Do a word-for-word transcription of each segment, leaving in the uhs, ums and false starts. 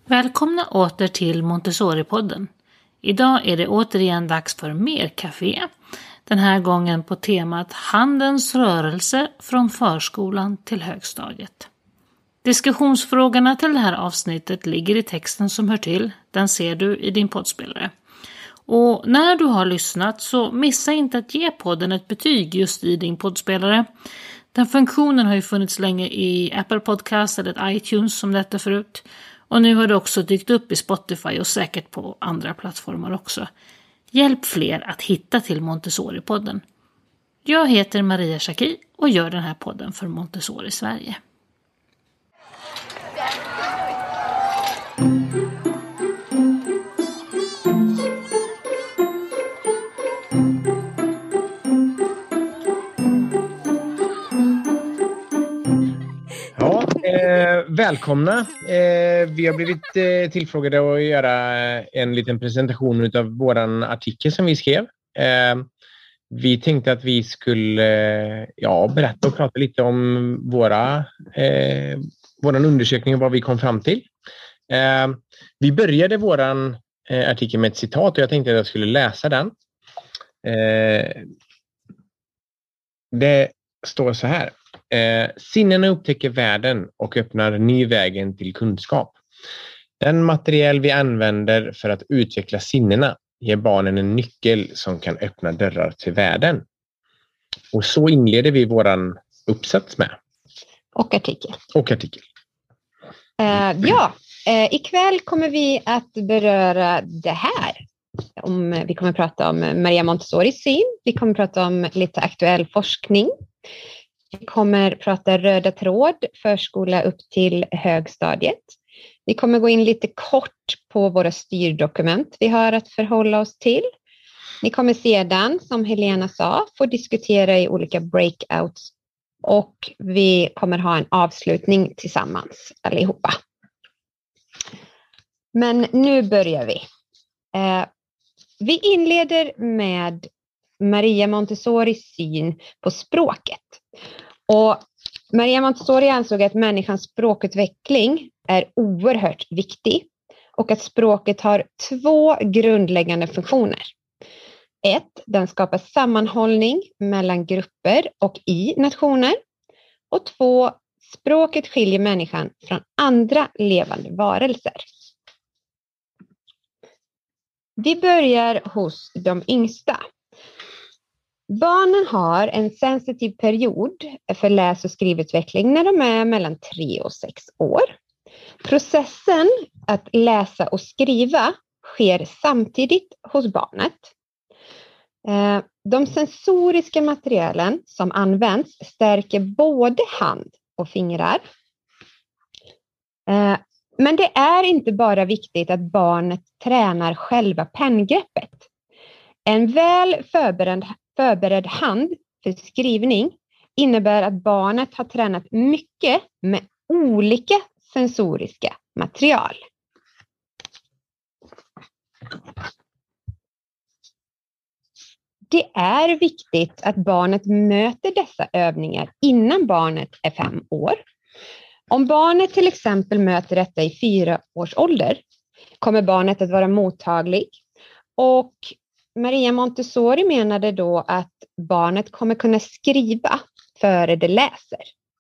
Välkomna åter till Montessori-podden. Idag är det återigen dags för mer café. Den här gången på temat handens rörelse från förskolan till högstadiet. Diskussionsfrågorna till det här avsnittet ligger i texten som hör till. Den ser du i din poddspelare. Och när du har lyssnat så missa inte att ge podden ett betyg just i din poddspelare. Den funktionen har ju funnits länge i Apple Podcast eller iTunes som detta förut. Och nu har det också dykt upp i Spotify och säkert på andra plattformar också. Hjälp fler att hitta till Montessori-podden. Jag heter Maria Schacki och gör den här podden för Montessori Sverige. Eh, välkomna. Eh, vi har blivit eh, tillfrågade att göra en liten presentation av våran artikel som vi skrev. Eh, vi tänkte att vi skulle eh, ja, berätta och prata lite om våra, eh, våran undersökning och vad vi kom fram till. Eh, vi började våran eh, artikel med ett citat och jag tänkte att jag skulle läsa den. Eh, det står så här. Eh, sinnena upptäcker världen och öppnar ny vägen till kunskap. Den material vi använder för att utveckla sinnena ger barnen en nyckel som kan öppna dörrar till världen. Och så inleder vi våran uppsats med. Och artikel. Och artikel. Eh, ja, eh, ikväll kommer vi att beröra det här. Om, vi kommer att prata om Maria Montessoris syn. Vi kommer att prata om lite aktuell forskning. Vi kommer prata röda tråd, förskola upp till högstadiet. Vi kommer gå in lite kort på våra styrdokument vi har att förhålla oss till. Ni kommer sedan, som Helena sa, få diskutera i olika breakouts. Och vi kommer ha en avslutning tillsammans allihopa. Men nu börjar vi. Eh, vi inleder med Maria Montessoris syn på språket. Och Maria Montessori ansåg att människans språkutveckling är oerhört viktig och att språket har två grundläggande funktioner. Ett, den skapar sammanhållning mellan grupper och i nationer. Och två, språket skiljer människan från andra levande varelser. Vi börjar hos de yngsta. Barnen har en sensitiv period för läs- och skrivutveckling när de är mellan tre och sex år. Processen att läsa och skriva sker samtidigt hos barnet. De sensoriska materialen som används stärker både hand och fingrar. Men det är inte bara viktigt att barnet tränar själva penngreppet. En väl förberedd Förberedd hand för skrivning innebär att barnet har tränat mycket med olika sensoriska material. Det är viktigt att barnet möter dessa övningar innan barnet är fem år. Om barnet till exempel möter detta i fyra års ålder kommer barnet att vara mottaglig och Maria Montessori menade då att barnet kommer kunna skriva före det läser.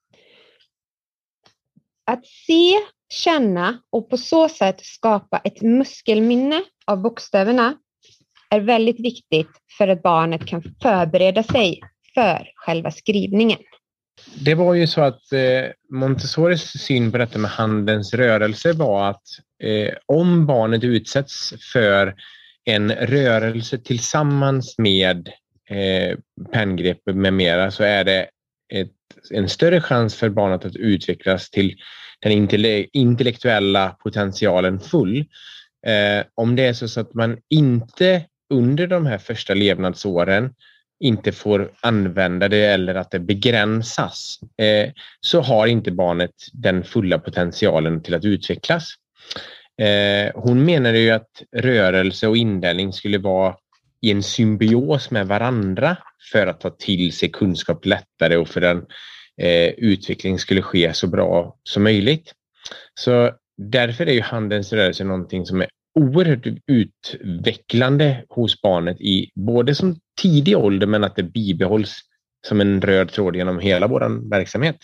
Att se, känna och på så sätt skapa ett muskelminne av bokstäverna är väldigt viktigt för att barnet kan förbereda sig för själva skrivningen. Det var ju så att eh, Montessoris syn på detta med handens rörelse var att eh, om barnet utsätts för en rörelse tillsammans med eh, penngrepp med mera så är det ett, en större chans för barnet att utvecklas till den intelle- intellektuella potentialen full. Eh, om det är så att man inte under de här första levnadsåren inte får använda det eller att det begränsas eh, så har inte barnet den fulla potentialen till att utvecklas. Eh, hon menade ju att rörelse och inlärning skulle vara i en symbios med varandra för att ta till sig kunskap lättare och för den eh, utveckling skulle ske så bra som möjligt. Så därför är ju handens rörelse någonting som är oerhört utvecklande hos barnet i både som tidig ålder, men att det bibehålls som en röd tråd genom hela vår verksamhet.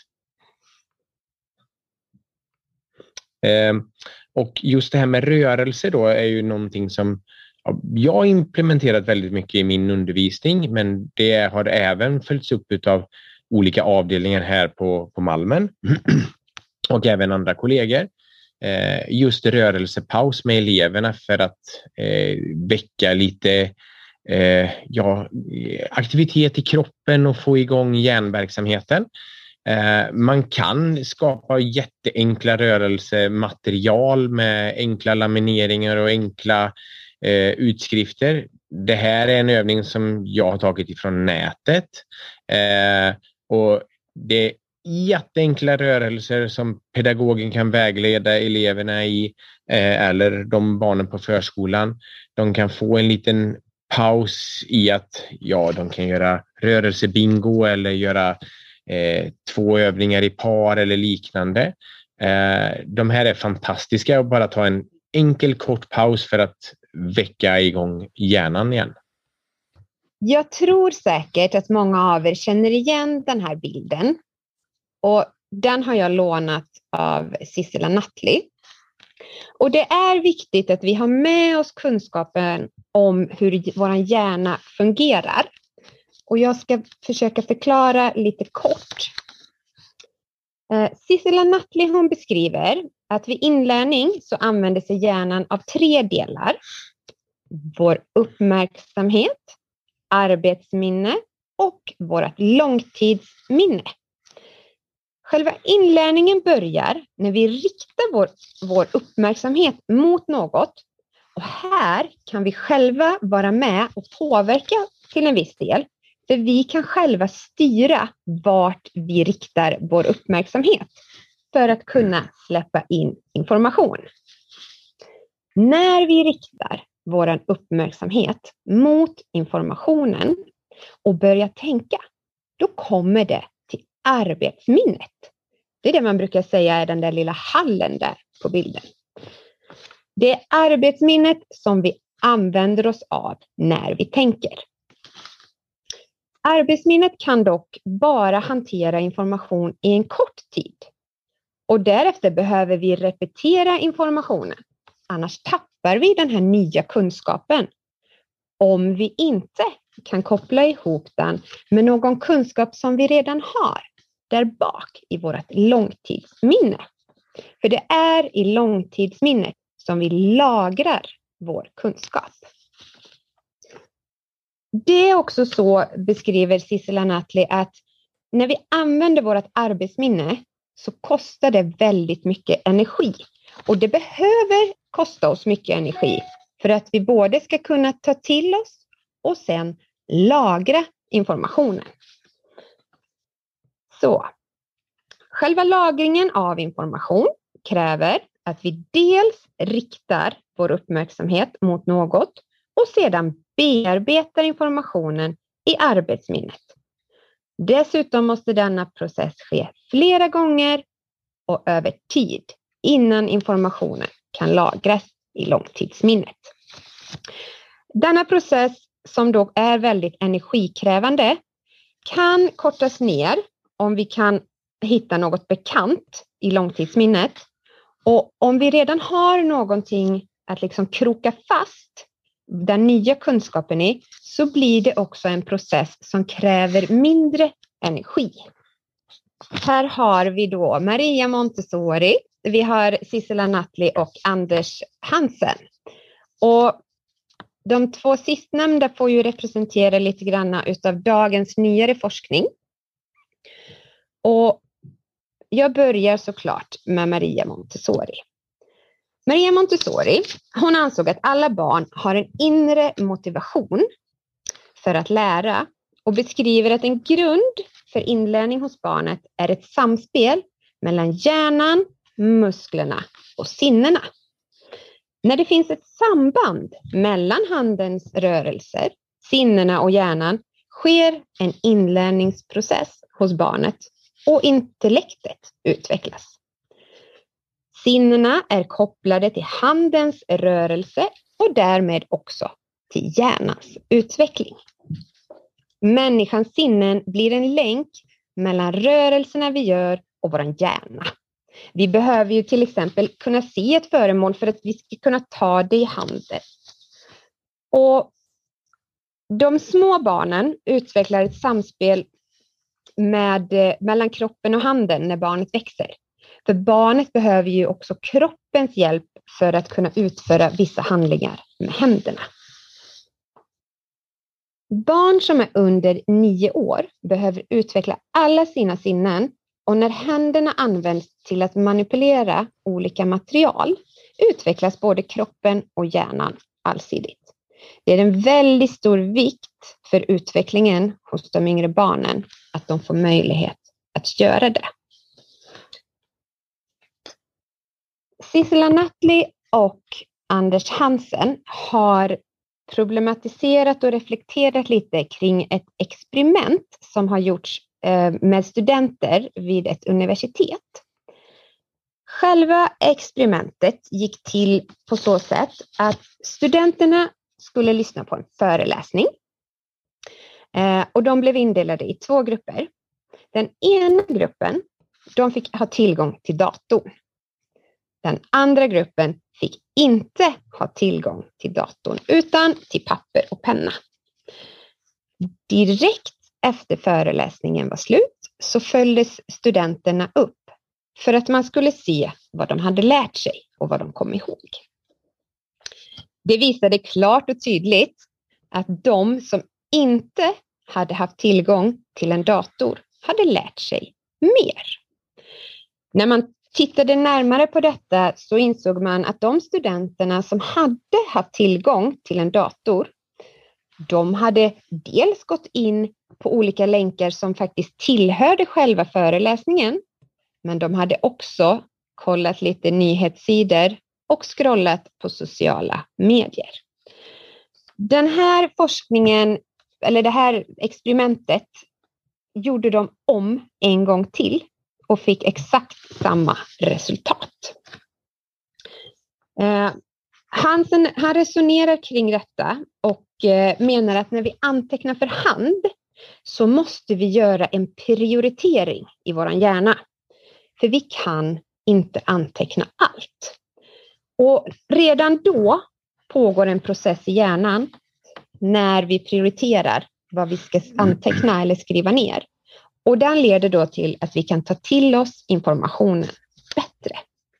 Eh, och just det här med rörelse då är ju någonting som ja, jag har implementerat väldigt mycket i min undervisning, men det har även följts upp av olika avdelningar här på, på Malmen och även andra kollegor. Eh, just rörelsepaus med eleverna för att eh, väcka lite eh, ja, aktivitet i kroppen och få igång hjärnverksamheten. Eh, man kan skapa jätteenkla rörelsematerial med enkla lamineringar och enkla eh, utskrifter. Det här är en övning som jag har tagit ifrån nätet. Eh, och det är jätteenkla rörelser som pedagogen kan vägleda eleverna i eh, eller de barnen på förskolan. De kan få en liten paus i att ja, de kan göra rörelsebingo eller göra eh, två övningar i par eller liknande. Eh, de här är fantastiska och bara ta en enkel kort paus för att väcka igång hjärnan igen. Jag tror säkert att många av er känner igen den här bilden. Och den har jag lånat av Sissela Nattli. Och det är viktigt att vi har med oss kunskapen om hur vår hjärna fungerar. Och jag ska försöka förklara lite kort. Eh, Sissela Nattli hon beskriver att vid inlärning så använder sig hjärnan av tre delar. Vår uppmärksamhet, arbetsminne och vårt långtidsminne. Själva inlärningen börjar när vi riktar vår, vår uppmärksamhet mot något. Och här kan vi själva vara med och påverka till en viss del. För vi kan själva styra vart vi riktar vår uppmärksamhet. För att kunna släppa in information. När vi riktar vår uppmärksamhet mot informationen och börjar tänka. Då kommer det till arbetsminnet. Det är det man brukar säga är den där lilla hallen där på bilden. Det är arbetsminnet som vi använder oss av när vi tänker. Arbetsminnet kan dock bara hantera information i en kort tid. Och därefter behöver vi repetera informationen. Annars tappar vi den här nya kunskapen. Om vi inte kan koppla ihop den med någon kunskap som vi redan har. Där bak i vårt långtidsminne. För det är i långtidsminnet som vi lagrar vår kunskap. Det är också så, beskriver Sissela Nattli, att när vi använder vårt arbetsminne så kostar det väldigt mycket energi. Och det behöver kosta oss mycket energi för att vi både ska kunna ta till oss och sen lagra informationen. Så, själva lagringen av information kräver att vi dels riktar vår uppmärksamhet mot något och sedan bearbetar informationen i arbetsminnet. Dessutom måste denna process ske flera gånger och över tid innan informationen kan lagras i långtidsminnet. Denna process som då är väldigt energikrävande kan kortas ner om vi kan hitta något bekant i långtidsminnet. Och om vi redan har någonting att liksom kroka fast den nya kunskapen i, så blir det också en process som kräver mindre energi. Här har vi då Maria Montessori, vi har Sissela Nattli och Anders Hansen. Och de två sistnämnda får ju representera lite grann utav dagens nyare forskning. Och jag börjar såklart med Maria Montessori. Maria Montessori, hon ansåg att alla barn har en inre motivation för att lära och beskriver att en grund för inlärning hos barnet är ett samspel mellan hjärnan, musklerna och sinnena. När det finns ett samband mellan handens rörelser, sinnena och hjärnan sker en inlärningsprocess hos barnet och intellektet utvecklas. Sinnena är kopplade till handens rörelse och därmed också till hjärnans utveckling. Människans sinnen blir en länk mellan rörelserna vi gör och vår hjärna. Vi behöver ju till exempel kunna se ett föremål för att vi ska kunna ta det i handen. Och de små barnen utvecklar ett samspel med, mellan kroppen och handen när barnet växer. För barnet behöver ju också kroppens hjälp för att kunna utföra vissa handlingar med händerna. Barn som är under nio år behöver utveckla alla sina sinnen, och när händerna används till att manipulera olika material utvecklas både kroppen och hjärnan allsidigt. Det är en väldigt stor vikt för utvecklingen hos de yngre barnen att de får möjlighet att göra det. Sissela Nattli och Anders Hansen har problematiserat och reflekterat lite kring ett experiment som har gjorts med studenter vid ett universitet. Själva experimentet gick till på så sätt att studenterna skulle lyssna på en föreläsning. Och de blev indelade i två grupper. Den ena gruppen, de fick ha tillgång till datorn. Den andra gruppen fick inte ha tillgång till datorn utan till papper och penna. Direkt efter föreläsningen var slut så följdes studenterna upp för att man skulle se vad de hade lärt sig och vad de kom ihåg. Det visade klart och tydligt att de som inte hade haft tillgång till en dator hade lärt sig mer. När man tittade närmare på detta så insåg man att de studenterna som hade haft tillgång till en dator, de hade dels gått in på olika länkar som faktiskt tillhörde själva föreläsningen, men de hade också kollat lite nyhetssidor och scrollat på sociala medier. Den här forskningen, eller det här experimentet, gjorde de om en gång till och fick exakt samma resultat. Eh, Hansen, han resonerar kring detta och eh, menar att när vi antecknar för hand så måste vi göra en prioritering i vår hjärna. För vi kan inte anteckna allt. Och redan då pågår en process i hjärnan när vi prioriterar vad vi ska anteckna eller skriva ner. Och den leder då till att vi kan ta till oss informationen bättre.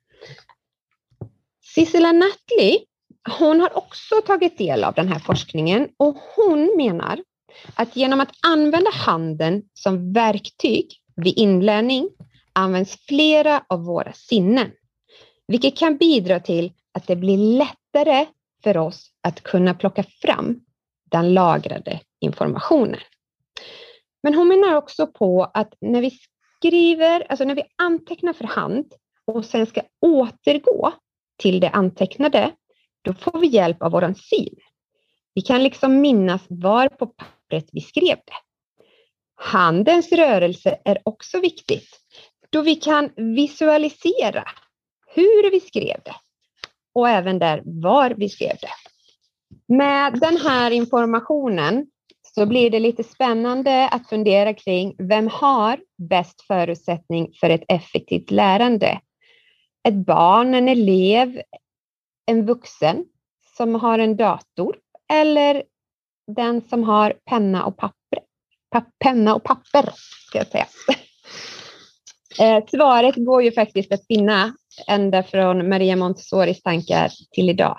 Sissela Nattli, hon har också tagit del av den här forskningen och hon menar att genom att använda handen som verktyg vid inlärning används flera av våra sinnen. Vilket kan bidra till att det blir lättare för oss att kunna plocka fram den lagrade informationen. Men hon menar också på att när vi skriver, alltså när vi antecknar för hand och sen ska återgå till det antecknade, då får vi hjälp av våran syn. Vi kan liksom minnas var på pappret vi skrev det. Handens rörelse är också viktigt, då vi kan visualisera hur vi skrev det och även där var vi skrev det. Med den här informationen så blir det lite spännande att fundera kring vem har bäst förutsättning för ett effektivt lärande. Ett barn, en elev, en vuxen som har en dator eller den som har penna och papper. Pa- penna och papper ska jag säga. eh, svaret går ju faktiskt att finna ända från Maria Montessoris tankar till idag.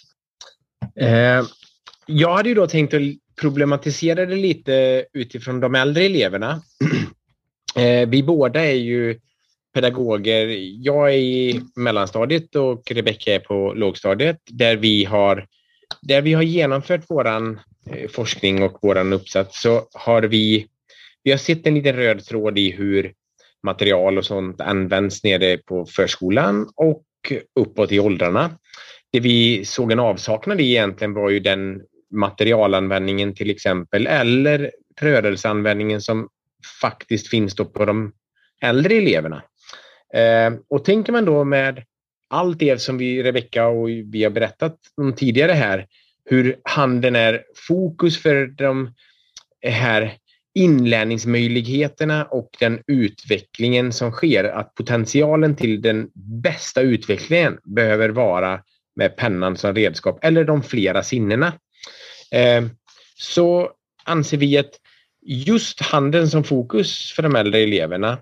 Eh, jag hade ju då tänkt att problematisera det lite utifrån de äldre eleverna. eh, vi båda är ju pedagoger. Jag är i mellanstadiet och Rebecka är på lågstadiet där vi har, där vi har genomfört våran eh, forskning och våran uppsats, så har vi, vi har sett en liten röd tråd i hur material och sånt används nere på förskolan och uppåt i åldrarna. Det vi såg en avsaknad i egentligen var ju den materialanvändningen till exempel, eller rörelseanvändningen som faktiskt finns då på de äldre eleverna. Eh, och tänker man då med allt det som vi, Rebecka och vi har berättat om tidigare här, hur handen är fokus för de här inlärningsmöjligheterna och den utvecklingen som sker, att potentialen till den bästa utvecklingen behöver vara med pennan som redskap eller de flera sinnena. Eh, så anser vi att just handen som fokus för de äldre eleverna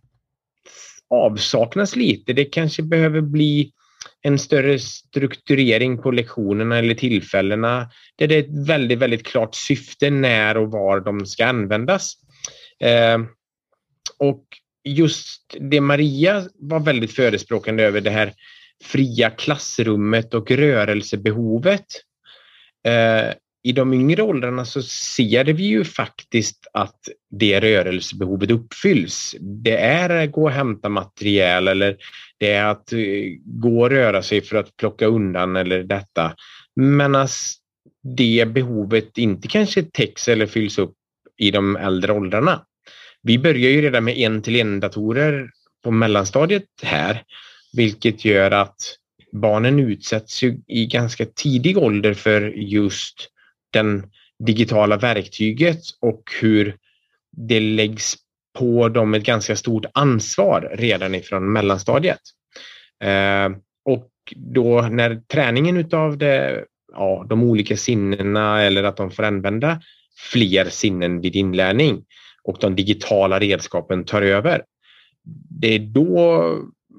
avsaknas lite. Det kanske behöver bli en större strukturering på lektionerna eller tillfällena där det är ett väldigt, väldigt klart syfte när och var de ska användas. Eh, och just det Maria var väldigt förespråkande över, det här fria klassrummet och rörelsebehovet. Eh, I de yngre åldrarna så ser vi ju faktiskt att det rörelsebehovet uppfylls. Det är att gå och hämta material, eller det är att gå och röra sig för att plocka undan eller detta. Men att det behovet inte kanske täcks eller fylls upp i de äldre åldrarna. Vi börjar ju redan med en-till-en-datorer på mellanstadiet här, vilket gör att barnen utsätts ju i ganska tidig ålder för just den digitala verktyget och hur det läggs på dem ett ganska stort ansvar redan ifrån mellanstadiet. Eh, och då när träningen utav det, ja, de olika sinnena, eller att de får använda fler sinnen vid inlärning och de digitala redskapen tar över, det är då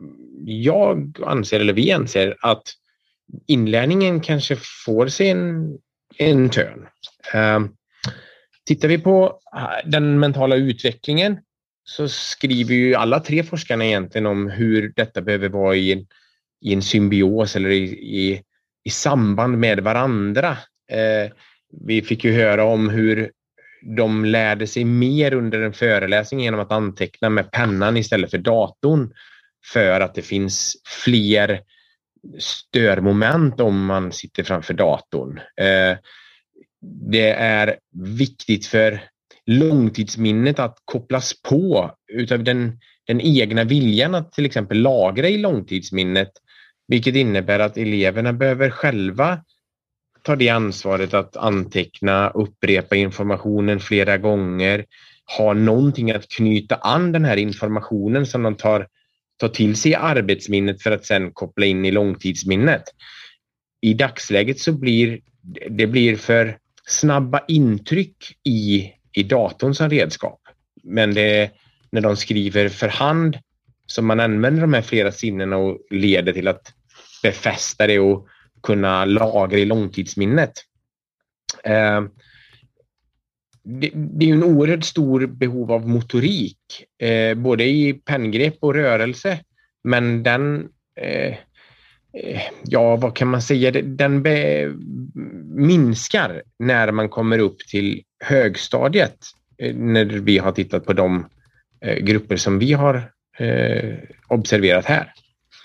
jag anser, eller vi anser, att inlärningen kanske får sig en, en törn. Uh, tittar vi på den mentala utvecklingen så skriver ju alla tre forskarna egentligen om hur detta behöver vara i en, i en symbios eller i, i, i samband med varandra. Uh, vi fick ju höra om hur de lärde sig mer under en föreläsning genom att anteckna med pennan istället för datorn, för att det finns fler störmoment om man sitter framför datorn. Eh, det är viktigt för långtidsminnet att kopplas på utav den, den egna viljan att till exempel lagra i långtidsminnet, vilket innebär att eleverna behöver själva ta det ansvaret att anteckna, upprepa informationen flera gånger, ha någonting att knyta an den här informationen som de tar ta till sig arbetsminnet för att sedan koppla in i långtidsminnet. I dagsläget så blir det blir för snabba intryck i, i datorn som redskap. Men det, när de skriver för hand, så man använder de här flera sinnena och leder till att befästa det och kunna lagra i långtidsminnet. Eh, Det, det är ju en oerhört stor behov av motorik, eh, både i penngrepp och rörelse, men den, eh, ja vad kan man säga, den be, minskar när man kommer upp till högstadiet, eh, när vi har tittat på de eh, grupper som vi har eh, observerat här.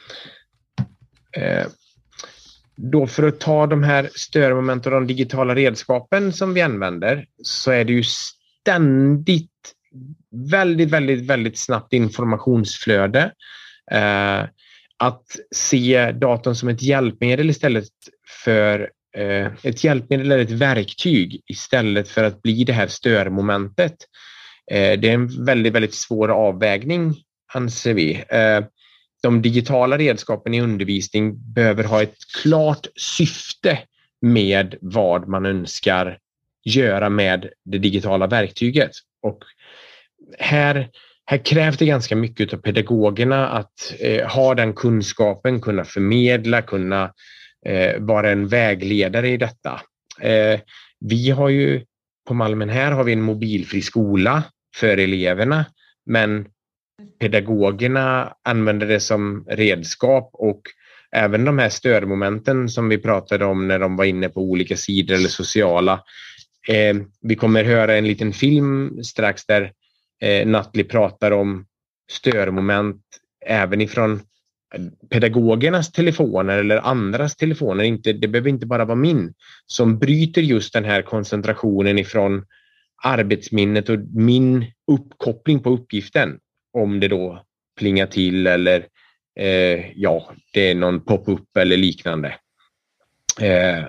Eh, Då för att ta de här störmoment och de digitala redskapen som vi använder, så är det ju ständigt väldigt, väldigt, väldigt snabbt informationsflöde. Eh, att se datorn som ett hjälpmedel istället för eh, ett hjälpmedel eller ett verktyg istället för att bli det här störmomentet. Eh, det är en väldigt, väldigt svår avvägning, anser vi. Eh, De digitala redskapen i undervisning behöver ha ett klart syfte med vad man önskar göra med det digitala verktyget. Och här, här krävs det ganska mycket av pedagogerna att eh, ha den kunskapen, kunna förmedla, kunna eh, vara en vägledare i detta. Eh, vi har ju på Malmen här har vi en mobilfri skola för eleverna, men pedagogerna använder det som redskap, och även de här störmomenten som vi pratade om när de var inne på olika sidor eller sociala. Eh, vi kommer höra en liten film strax där eh, Nathalie pratar om störmoment även ifrån pedagogernas telefoner eller andras telefoner. Inte, det behöver inte bara vara min, som bryter just den här koncentrationen ifrån arbetsminnet och min uppkoppling på uppgiften. Om det då plingar till eller eh, ja, det är någon pop-up eller liknande. Eh,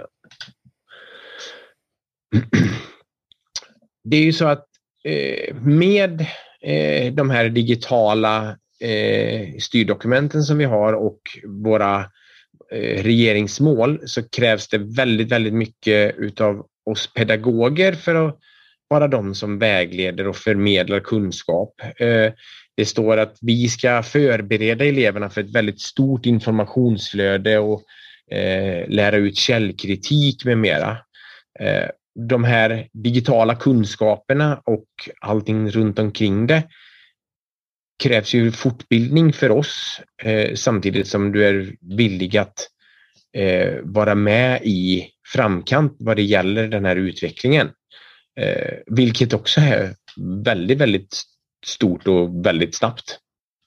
det är ju så att eh, med eh, de här digitala eh, styrdokumenten som vi har och våra eh, regeringsmål, så krävs det väldigt, väldigt mycket utav oss pedagoger för att vara de som vägleder och förmedlar kunskap. Eh, det står att vi ska förbereda eleverna för ett väldigt stort informationsflöde och eh, lära ut källkritik med mera. Eh, de här digitala kunskaperna och allting runt omkring det krävs ju fortbildning för oss, eh, samtidigt som du är villig att eh, vara med i framkant vad det gäller den här utvecklingen. Eh, vilket också är väldigt, väldigt stort och väldigt snabbt.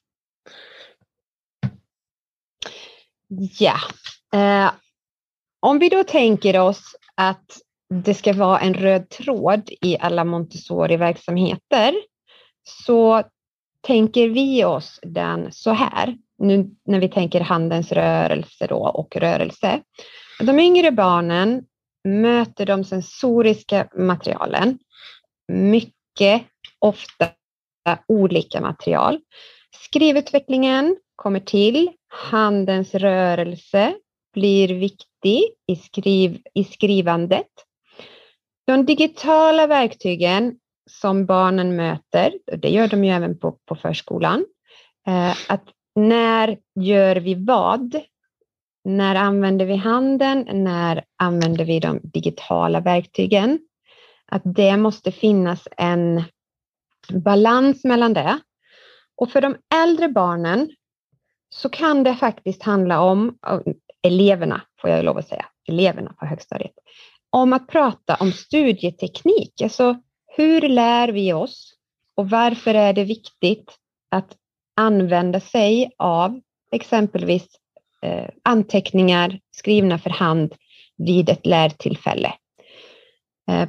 Ja, eh, om vi då tänker oss att det ska vara en röd tråd i alla Montessori-verksamheter, så tänker vi oss den så här, nu när vi tänker handens rörelse då och rörelse. De yngre barnen möter de sensoriska materialen, mycket ofta olika material. Skrivutvecklingen kommer till, handens rörelse blir viktig i, skriv, i skrivandet. De digitala verktygen som barnen möter, och det gör de ju även på, på förskolan, eh, att när gör vi vad? När använder vi handen? När använder vi de digitala verktygen? Att det måste finnas en balans mellan det. Och för de äldre barnen så kan det faktiskt handla om, eleverna får jag lov att säga, eleverna på högstadiet, om att prata om studieteknik. Alltså hur lär vi oss och varför är det viktigt att använda sig av exempelvis eh, anteckningar skrivna för hand vid ett lärtillfälle. Eh,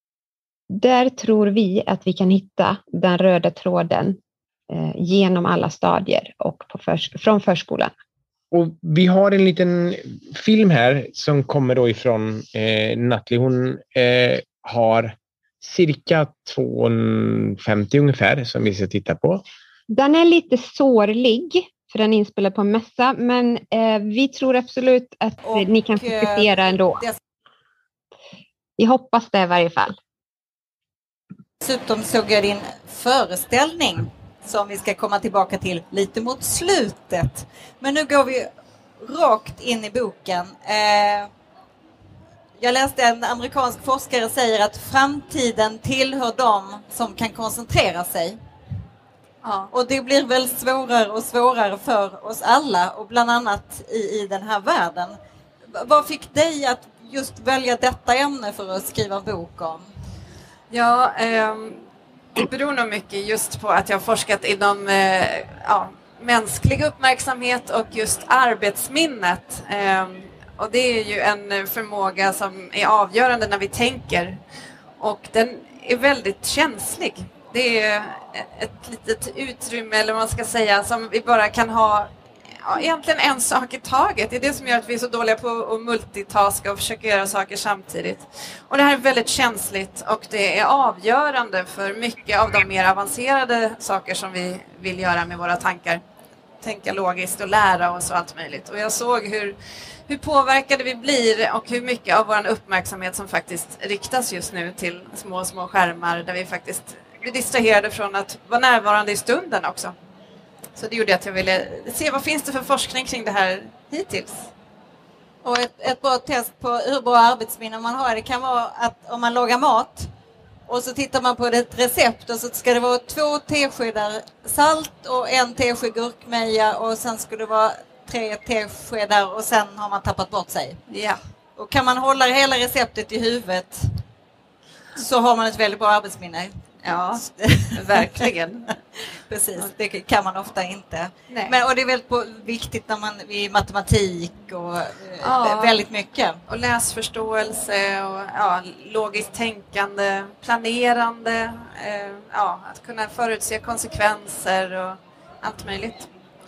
där tror vi att vi kan hitta den röda tråden eh, genom alla stadier och på förs- från förskolan. Och vi har en liten film här som kommer då ifrån eh, Natalie. Hon eh, har cirka två femtio ungefär som vi ska titta på. Den är lite sårlig för den är inspelad på en mässa, men eh, vi tror absolut att och, ni kan fokusera ändå. Det... Vi hoppas det i varje fall. Dessutom såg jag din föreställning som vi ska komma tillbaka till lite mot slutet. Men nu går vi rakt in i boken. Eh, jag läste en amerikansk forskare säger att framtiden tillhör dem som kan koncentrera sig. Ja. Och det blir väl svårare och svårare för oss alla och bland annat i, i den här världen. Vad fick dig att just välja detta ämne för att skriva en bok om? Ja, eh, det beror nog mycket just på att jag har forskat inom eh, ja, mänsklig uppmärksamhet och just arbetsminnet. Eh, och det är ju en förmåga som är avgörande när vi tänker. Och den är väldigt känslig. Det är ett litet utrymme, eller vad man ska säga, som vi bara kan ha ja, egentligen en sak i taget. Det är det som gör att vi är så dåliga på att multitaska och försöka göra saker samtidigt. Och det här är väldigt känsligt och det är avgörande för mycket av de mer avancerade saker som vi vill göra med våra tankar. Tänka logiskt och lära oss och allt möjligt. Och jag såg hur, hur påverkade vi blir och hur mycket av vår uppmärksamhet som faktiskt riktas just nu till små, små skärmar där vi faktiskt blir distraherade från att vara närvarande i stunden också. Så det gjorde att jag ville se vad finns det för forskning kring det här hittills. Och ett, ett bra test på hur bra arbetsminne man har, det kan vara att om man lagar mat och så tittar man på ett recept och så ska det vara två teskedar salt och en tesked gurkmeja och sen ska det vara tre teskedar och sen har man tappat bort sig. Ja. Och kan man hålla hela receptet i huvudet så har man ett väldigt bra arbetsminne. Ja, verkligen. Precis, det kan man ofta inte. Men, och det är väldigt på, viktigt när man i matematik och ja, väldigt mycket. Och läsförståelse och ja, logiskt tänkande, planerande, eh, ja, att kunna förutse konsekvenser och allt möjligt.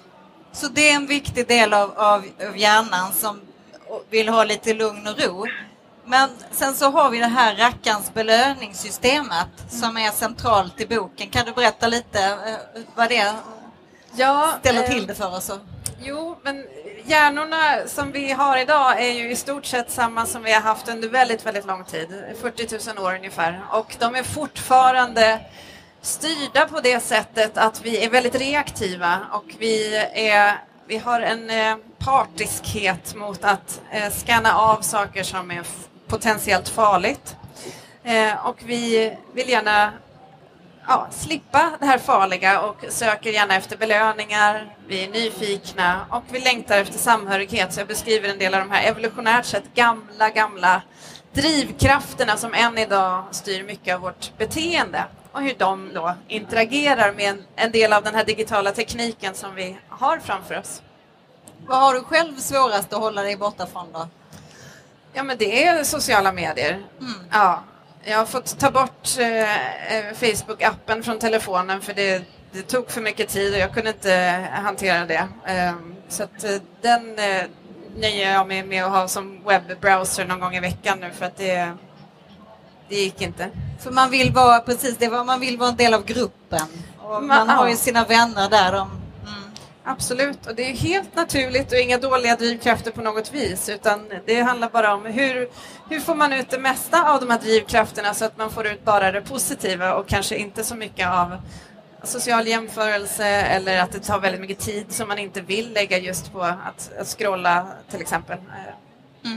Så det är en viktig del av, av, av hjärnan som vill ha lite lugn och ro. Men sen så har vi det här rackarns belöningssystemet som är centralt i boken. Kan du berätta lite eh, vad det ja, ställer eh, till det för oss? Så? Jo, men hjärnorna som vi har idag är ju i stort sett samma som vi har haft under väldigt, väldigt lång tid. fyrtio tusen år ungefär. Och de är fortfarande styrda på det sättet att vi är väldigt reaktiva och vi, är, vi har en eh, partiskhet mot att eh, scanna av saker som är f- potentiellt farligt. Eh, och vi vill gärna ja, slippa det här farliga och söker gärna efter belöningar. Vi är nyfikna och vi längtar efter samhörighet. Så jag beskriver en del av de här evolutionärt sett gamla, gamla drivkrafterna som än idag styr mycket av vårt beteende. Och hur de då interagerar med en, en del av den här digitala tekniken som vi har framför oss. Vad har du själv svårast att hålla dig borta från då? Ja, men det är sociala medier. Mm. Ja, jag har fått ta bort eh, Facebook-appen från telefonen för det, det tog för mycket tid och jag kunde inte hantera det. Eh, så att eh, den eh, nöjer jag mig med att ha som webbrowser någon gång i veckan nu för att det, det gick inte. För man vill vara precis det, man vill vara en del av gruppen. Och man, man har ju sina vänner där. De, mm. Absolut, och det är helt naturligt och inga dåliga drivkrafter på något vis, utan det handlar bara om hur, hur får man ut det mesta av de här drivkrafterna så att man får ut bara det positiva och kanske inte så mycket av social jämförelse eller att det tar väldigt mycket tid som man inte vill lägga just på att, att scrolla till exempel. Mm.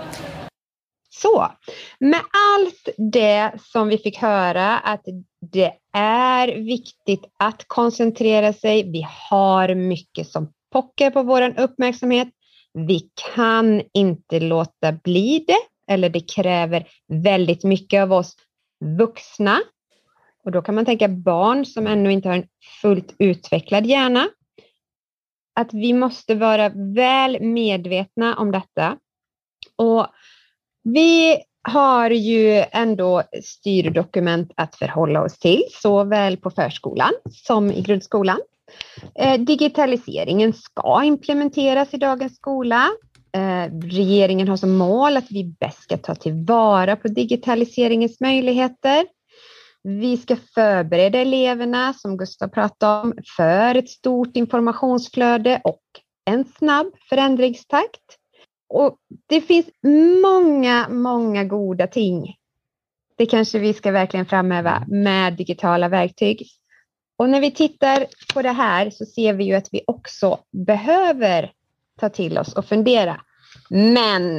Så, med allt det som vi fick höra att det är viktigt att koncentrera sig. Vi har mycket som pockar på vår uppmärksamhet. Vi kan inte låta bli det, eller det kräver väldigt mycket av oss vuxna. Och då kan man tänka barn som ännu inte har en fullt utvecklad hjärna. Att vi måste vara väl medvetna om detta. Och vi har ju ändå styrdokument att förhålla oss till, såväl på förskolan som i grundskolan. Eh, digitaliseringen ska implementeras i dagens skola. Eh, regeringen har som mål att vi bäst ska ta tillvara på digitaliseringens möjligheter. Vi ska förbereda eleverna, som Gustav pratade om, för ett stort informationsflöde och en snabb förändringstakt. Och det finns många, många goda ting. Det kanske vi ska verkligen framhäva med digitala verktyg. Och när vi tittar på det här så ser vi ju att vi också behöver ta till oss och fundera. Men,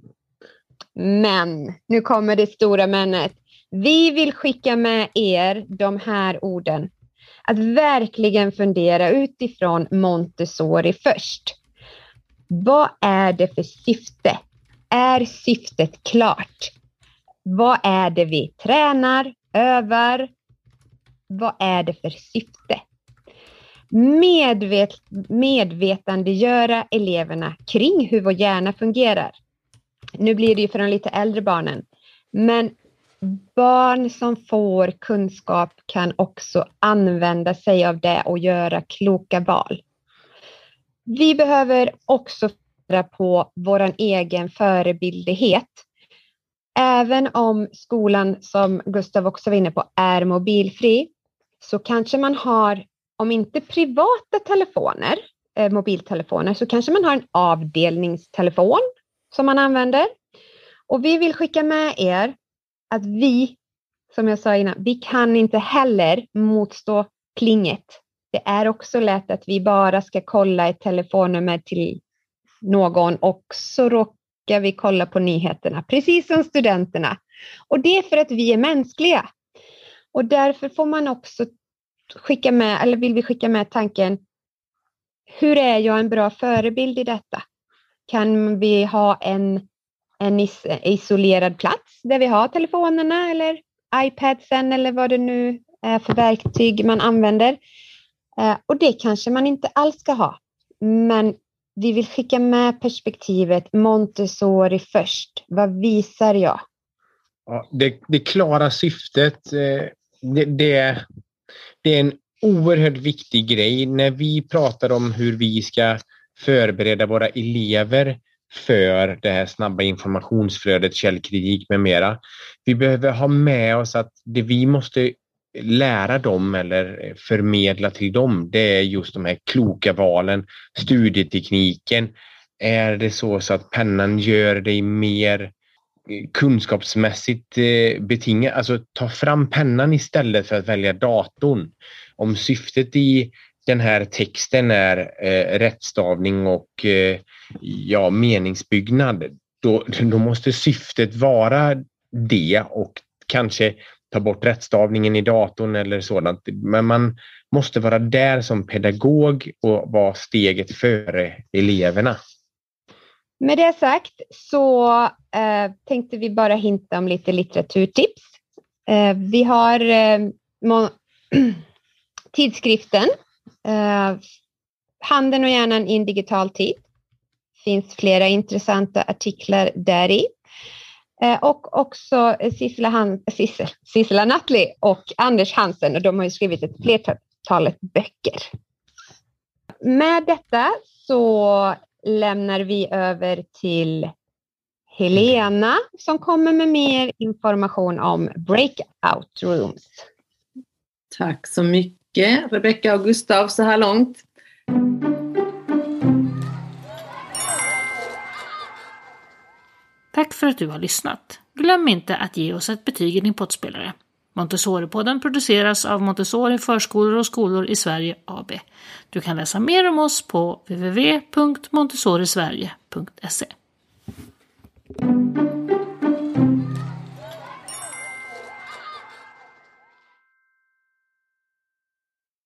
men, nu kommer det stora männet. Vi vill skicka med er de här orden. Att verkligen fundera utifrån Montessori först. Vad är det för syfte? Är syftet klart? Vad är det vi tränar, övar? Vad är det för syfte? Medvet, medvetandegöra eleverna kring hur vår hjärna fungerar. Nu blir det ju för de lite äldre barnen. Men barn som får kunskap kan också använda sig av det och göra kloka val. Vi behöver också fundera på vår egen förebildighet. Även om skolan, som Gustav också var inne på, är mobilfri, så kanske man har, om inte privata telefoner, eh, mobiltelefoner, så kanske man har en avdelningstelefon som man använder. Och vi vill skicka med er att vi, som jag sa innan, vi kan inte heller motstå plinget. Det är också lätt att vi bara ska kolla ett telefonnummer till någon och så råkar vi kolla på nyheterna, precis som studenterna. Och det är för att vi är mänskliga. Och därför får man också skicka med, eller vill vi skicka med tanken, hur är jag en bra förebild i detta? Kan vi ha en, en is, isolerad plats där vi har telefonerna eller iPadsen eller vad det nu är för verktyg man använder? Eh, och det kanske man inte alls ska ha. Men vi vill skicka med perspektivet Montessori först. Vad visar jag? Ja, det, det klara syftet, eh, det, det, det är en oerhört viktig grej när vi pratar om hur vi ska förbereda våra elever för det här snabba informationsflödet, källkritik med mera. Vi behöver ha med oss att det vi måste lära dem eller förmedla till dem, det är just de här kloka valen, studietekniken. Är det så, så att pennan gör dig mer kunskapsmässigt betingad, alltså ta fram pennan istället för att välja datorn. Om syftet i den här texten är eh, rättstavning och eh, ja, meningsbyggnad, då, då måste syftet vara det och kanske ta bort rättstavningen i datorn eller sådant. Men man måste vara där som pedagog och vara steget före eleverna. Med det sagt så eh, tänkte vi bara hinta om lite litteraturtips. Eh, vi har eh, må- tidskriften eh, Handen och hjärnan i en digital tid. Finns flera intressanta artiklar där i. Eh, och också Sissela, Han- Sissel, Sissela Nattli och Anders Hansen, och de har ju skrivit ett flertalet böcker. Med detta så lämnar vi över till Helena som kommer med mer information om breakout rooms. Tack så mycket, Rebecka och Gustav, så här långt. Tack för att du har lyssnat. Glöm inte att ge oss ett betyg i din poddspelare. Montessori-podden produceras av Montessori förskolor och skolor i Sverige A B. Du kan läsa mer om oss på w w w punkt montessorisverige punkt se.